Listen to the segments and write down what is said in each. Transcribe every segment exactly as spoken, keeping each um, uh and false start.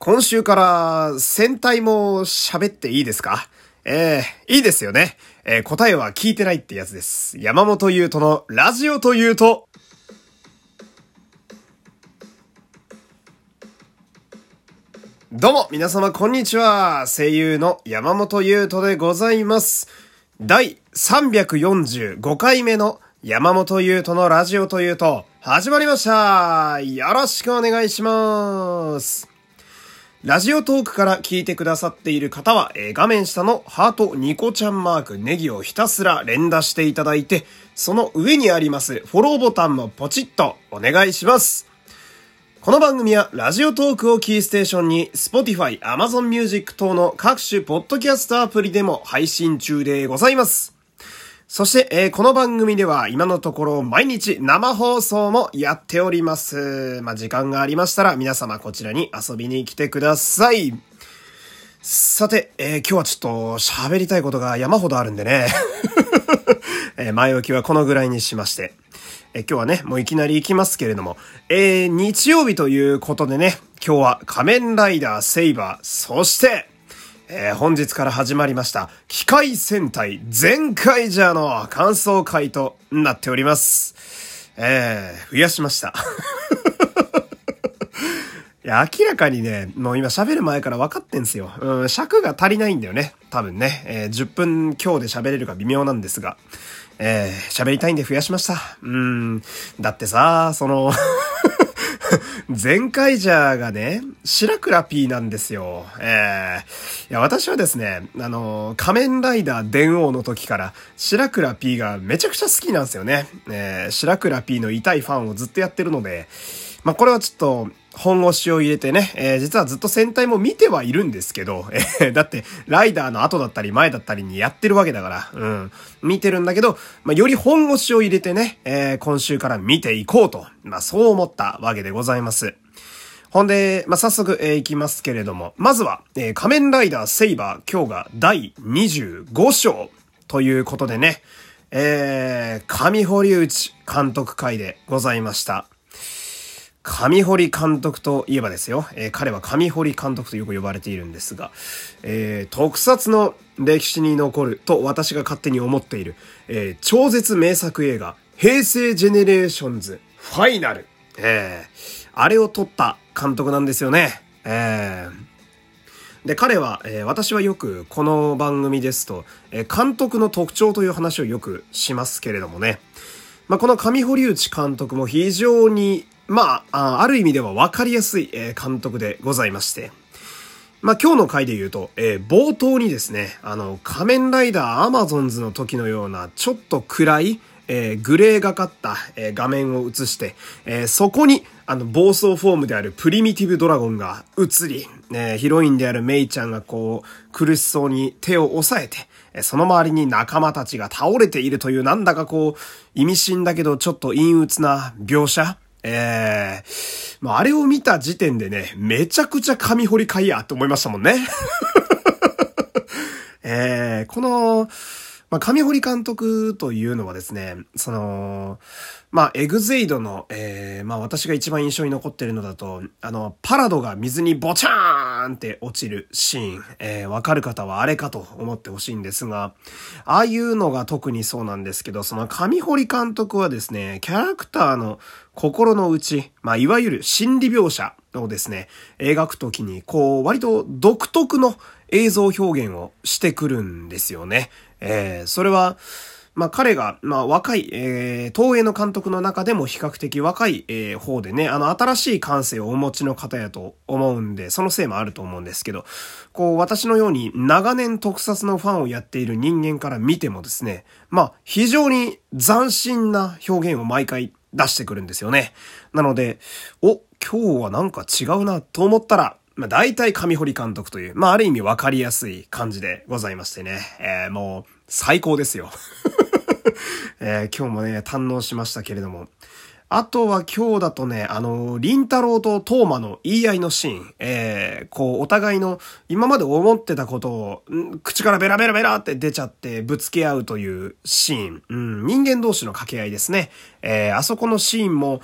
今週から戦隊も喋っていいですか？えー、いいですよね。えー、答えは聞いてないってやつです。山本優斗のラジオというと、どうも皆様こんにちは。声優の山本優斗でございます。第さんびゃくよんじゅうごかいめの山本優斗のラジオというと始まりました。よろしくお願いします。ラジオトークから聞いてくださっている方は、えー、画面下のハートニコちゃんマークネギをひたすら連打していただいて、その上にありますフォローボタンもポチッとお願いします。この番組はラジオトークをキーステーションに Spotify、Amazon Music 等の各種ポッドキャストアプリでも配信中でございます。そして、えー、この番組では今のところ毎日生放送もやっております。まあ、時間がありましたら皆様こちらに遊びに来てください。さて、えー、今日はちょっと喋りたいことが山ほどあるんでね。えー、前置きはこのぐらいにしまして。えー、今日はね、もういきなり行きますけれども、えー、日曜日ということでね、今日は仮面ライダーセイバー、そして、えー、本日から始まりました機械戦隊ゼンカイジャーの感想会となっております。えー、増やしました。いや、明らかにね、もう今喋る前から分かってんすよ。うん、尺が足りないんだよね。多分ね。えー、じゅっぷん強で喋れるか微妙なんですが。えー、喋りたいんで増やしました。うーん。だってさ、その、ゼンカイジャーがね、白倉 P なんですよ。えー、いや、私はですね、あの、仮面ライダー電王の時から、白倉 P がめちゃくちゃ好きなんですよね。えー、白倉 P の痛いファンをずっとやってるので、まあ、これはちょっと、本腰を入れてね、えー、実はずっと戦隊も見てはいるんですけど、えー、だって、ライダーの後だったり前だったりにやってるわけだから、うん、見てるんだけど、まあ、より本腰を入れてね、えー、今週から見ていこうと、まあ、そう思ったわけでございます。ほんで、まあ、早速、えー、いきますけれども、まずは、えー、仮面ライダーセイバー、今日がだいにじゅうごしょうということでね、えー、上堀内監督会でございました。上堀監督といえばですよ、えー、彼は上堀監督とよく呼ばれているんですが、えー、特撮の歴史に残ると私が勝手に思っている、えー、超絶名作映画、平成ジェネレーションズファイナル。えー、あれを撮った監督なんですよね。えー、で、彼は、えー、私はよくこの番組ですと、えー、監督の特徴という話をよくしますけれどもね。まあ、この上堀内監督も非常にまあ、ある意味では分かりやすい監督でございまして。まあ今日の回で言うと、えー、冒頭にですね、あの、仮面ライダーアマゾンズの時のようなちょっと暗い、えー、グレーがかった、えー、画面を映して、えー、そこにあの暴走フォームであるプリミティブドラゴンが映り、えー、ヒロインであるメイちゃんがこう苦しそうに手を押さえて、えー、その周りに仲間たちが倒れているというなんだかこう意味深だけどちょっと陰鬱な描写。ええー、まあ、あれを見た時点でね、めちゃくちゃ上堀かいやって思いましたもんね。ええー、この、まあ、上堀監督というのはですね、その、まあ、エグゼイドの、えー、まあ、私が一番印象に残っているのだと、あの、パラドが水にボチャーンって落ちるシーン、えー、わかる方はあれかと思ってほしいんですが、ああいうのが特にそうなんですけど、その上堀監督はですね、キャラクターの心の内、まあ、いわゆる心理描写をですね、描くときに、こう、割と独特の映像表現をしてくるんですよね。えー、それは、まあ彼が、まあ若い、えー、東映の監督の中でも比較的若い、えー、方でね、あの新しい感性をお持ちの方やと思うんで、そのせいもあると思うんですけど、こう私のように長年特撮のファンをやっている人間から見てもですね、まあ非常に斬新な表現を毎回出してくるんですよね。なので、お、今日はなんか違うなと思ったら、まあ大体上堀監督という、まあある意味わかりやすい感じでございましてね、えー、もう最高ですよ。えー、今日もね、堪能しましたけれども。あとは今日だとね、あの、凛太郎とトーマの言い合いのシーン、えー、こう、お互いの今まで思ってたことを、口からベラベラベラって出ちゃってぶつけ合うというシーン、うん、人間同士の掛け合いですね。えー、あそこのシーンも、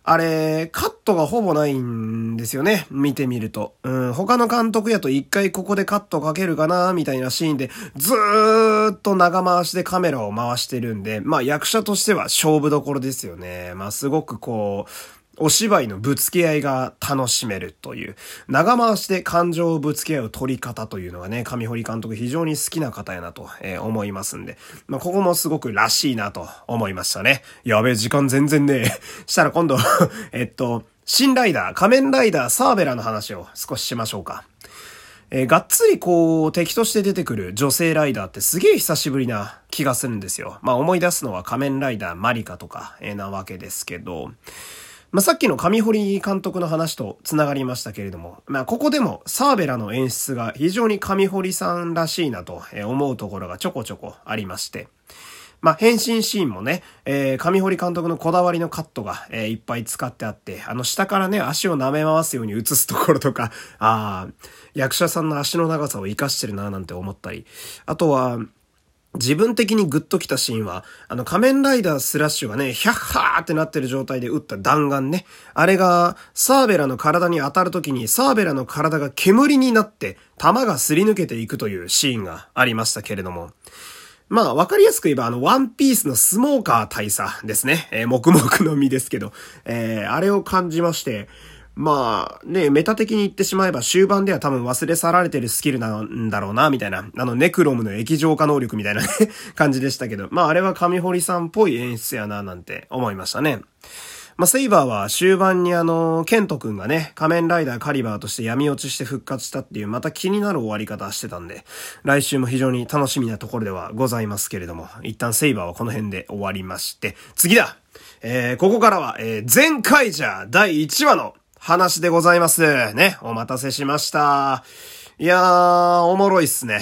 あれ、カットがほぼないんですよね。見てみると。うん、他の監督やと一回ここでカットかけるかな、みたいなシーンで、ずーっと長回しでカメラを回してるんで、まあ役者としては勝負どころですよね。まあすごくこう、お芝居のぶつけ合いが楽しめるという、長回しで感情をぶつけ合う撮り方というのがね、上堀監督非常に好きな方やなと、えー、思いますんで、まあ、ここもすごくらしいなと思いましたね。やべえ、時間全然ねえ。したら今度、えっと、新ライダー、仮面ライダーサーベラの話を少ししましょうか。えー、がっつりこう、敵として出てくる女性ライダーってすげえ久しぶりな気がするんですよ。まあ思い出すのは仮面ライダーマリカとか、えー、なわけですけど、まあ、さっきの上堀監督の話とつながりましたけれども、まあ、ここでもサーベラの演出が非常に上堀さんらしいなと思うところがちょこちょこありまして、まあ、変身シーンもね、えー、上堀監督のこだわりのカットが、えー、いっぱい使ってあって、あの下からね、足を舐め回すように映すところとか、ああ、役者さんの足の長さを活かしてるななんて思ったり、あとは、自分的にグッときたシーンは、あの仮面ライダースラッシュがね、ヒャッハーってなってる状態で撃った弾丸ね。あれが、サーベラの体に当たるときに、サーベラの体が煙になって、弾がすり抜けていくというシーンがありましたけれども。まあ、わかりやすく言えば、あの、ワンピースのスモーカー大佐ですね。えー、黙々の実ですけど、えー、あれを感じまして、まあね、メタ的に言ってしまえば終盤では多分忘れ去られてるスキルなんだろうな、みたいな。あのネクロムの液状化能力みたいなね、感じでしたけど。まああれは上堀さんっぽい演出やな、なんて思いましたね。まあセイバーは終盤にあの、ケント君がね、仮面ライダーカリバーとして闇落ちして復活したっていうまた気になる終わり方してたんで、来週も非常に楽しみなところではございますけれども、一旦セイバーはこの辺で終わりまして、次だえー、ここからは、えー、全カイジャーだいいちわの話でございます。ね。お待たせしました。いやー、おもろいっすね。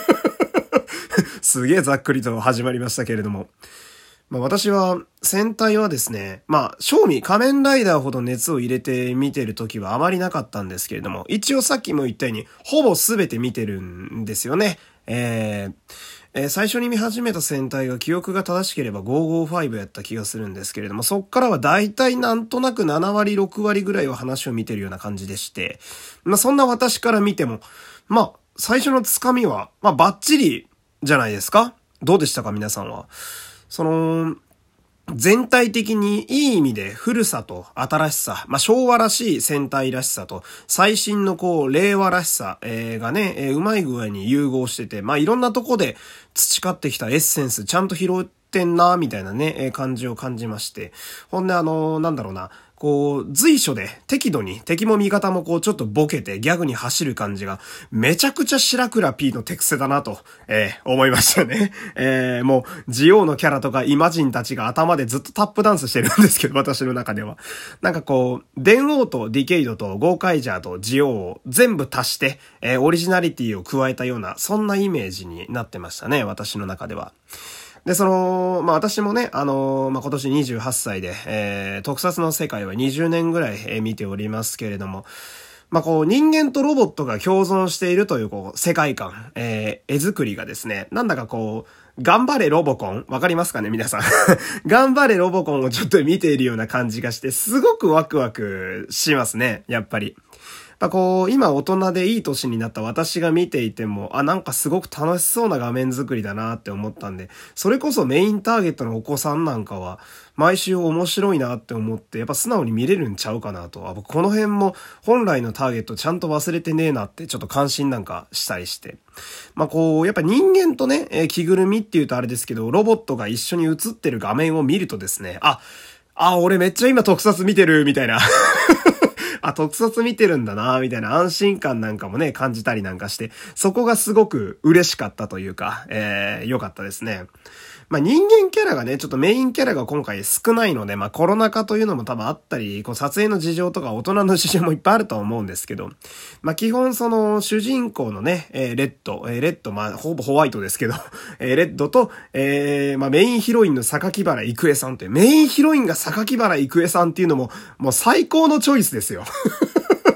すげえざっくりと始まりましたけれども。まあ私は、戦隊はですね、まあ、正味仮面ライダーほど熱を入れて見てる時はあまりなかったんですけれども、一応さっきも言ったように、ほぼすべて見てるんですよね。えー、えー、最初に見始めた戦隊が記憶が正しければごーごーごやった気がするんですけれども、そっからはだいたいなんとなくななわりろくわりぐらいは話を見てるような感じでして、まあそんな私から見ても、まあ最初のつかみは、まあバッチリじゃないですか？どうでしたか皆さんは。その、全体的にいい意味で古さと新しさ、まあ、昭和らしい戦隊らしさと最新のこう令和らしさ、えー、がね、えー、うまい具合に融合してて、まあ、いろんなとこで培ってきたエッセンスちゃんと拾ってんなみたいなね、えー、感じを感じまして、ほんであのー、なんだろうな、こう、随所で適度に敵も味方もこうちょっとボケてギャグに走る感じがめちゃくちゃ白倉 P の手癖だなと、えー、思いましたね。えー、もう、ジオウのキャラとかイマジンたちが頭でずっとタップダンスしてるんですけど、私の中では。なんかこう、電王とディケイドとゴーカイジャーとジオウを全部足して、えー、オリジナリティを加えたような、そんなイメージになってましたね、私の中では。で、その、まあ、私もね、あのー、まあ、今年にじゅうはっさいで、えー、特撮の世界はにじゅうねんぐらい、えー、見ておりますけれども、まあ、こう、人間とロボットが共存しているという、こう、世界観、えー、絵作りがですね、なんだかこう、頑張れロボコンわかりますかね皆さん。頑張れロボコンをちょっと見ているような感じがして、すごくワクワクしますね、やっぱり。やっぱこう、今大人でいい年になった私が見ていても、あ、なんかすごく楽しそうな画面作りだなって思ったんで、それこそメインターゲットのお子さんなんかは、毎週面白いなって思って、やっぱ素直に見れるんちゃうかなと。あ、この辺も本来のターゲットちゃんと忘れてねえなって、ちょっと感心なんかしたりして。まあこう、やっぱ人間とね、えー、着ぐるみっていうとあれですけど、ロボットが一緒に映ってる画面を見るとですね、あ、あ、俺めっちゃ今特撮見てる、みたいな。あ、特撮見てるんだな、みたいな安心感なんかもね、感じたりなんかして、そこがすごく嬉しかったというか、えー、良かったですね。まあ、人間キャラがね、ちょっとメインキャラが今回少ないので、まあ、コロナ禍というのも多分あったり、こう、撮影の事情とか大人の事情もいっぱいあると思うんですけど、まあ、基本その、主人公のね、えー、レッド、えー、レッド、まあ、ほぼホワイトですけど、えー、レッドと、えー、まあ、メインヒロインの榊原郁恵さんという、メインヒロインが榊原郁恵さんっていうのも、もう最高のチョイスですよ。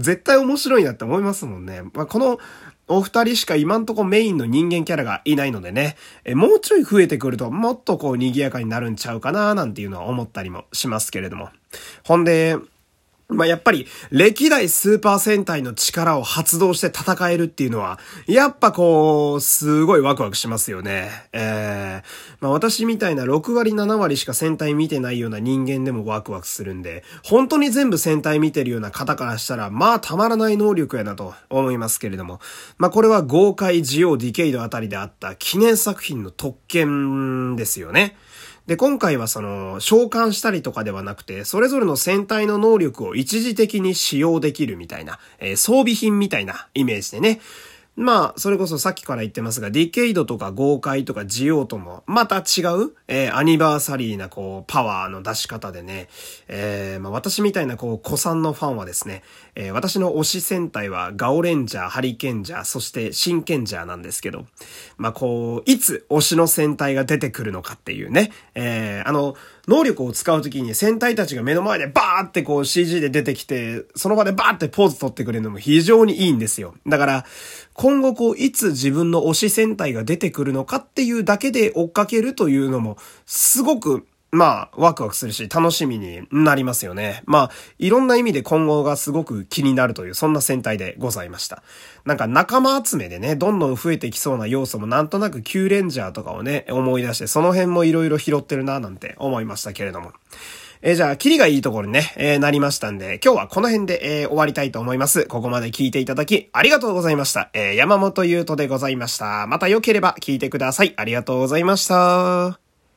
絶対面白いなって思いますもんね。まあ、このお二人しか今んとこメインの人間キャラがいないのでね、えもうちょい増えてくるともっとこう賑やかになるんちゃうかななんていうのは思ったりもしますけれども。ほんで、まあ、やっぱり歴代スーパー戦隊の力を発動して戦えるっていうのはやっぱこうすごいワクワクしますよね。えー、まあ私みたいなろくわりななわりしか戦隊見てないような人間でもワクワクするんで、本当に全部戦隊見てるような方からしたらまあたまらない能力やなと思いますけれども、まあこれは豪快ジオディケイドあたりであった記念作品の特権ですよね。で、今回はその、召喚したりとかではなくて、それぞれの戦隊の能力を一時的に使用できるみたいな、えー、装備品みたいなイメージでね。まあ、それこそさっきから言ってますが、ディケイドとか豪快とかジオウとも、また違う、えー、アニバーサリーな、こう、パワーの出し方でね、えー、まあ私みたいな、こう、古参のファンはですね、えー、私の推し戦隊は、ガオレンジャー、ハリケンジャー、そしてシンケンジャーなんですけど、まあこう、いつ推しの戦隊が出てくるのかっていうね、えー、あの、能力を使うときに戦隊たちが目の前でバーってこう シージー で出てきて、その場でバーってポーズ取ってくれるのも非常にいいんですよ。だから、今後こう、いつ自分の推し戦隊が出てくるのかっていうだけで追っかけるというのも、すごく、まあ、ワクワクするし、楽しみになりますよね。まあ、いろんな意味で今後がすごく気になるという、そんな戦隊でございました。なんか仲間集めでね、どんどん増えてきそうな要素もなんとなく Q レンジャーとかをね、思い出して、その辺もいろいろ拾ってるななんて思いましたけれども。えー、じゃあ、キリがいいところにね、えー、なりましたんで、今日はこの辺で、えー、終わりたいと思います。ここまで聞いていただき、ありがとうございました。えー、山本優斗でございました。また良ければ聞いてください。ありがとうございました。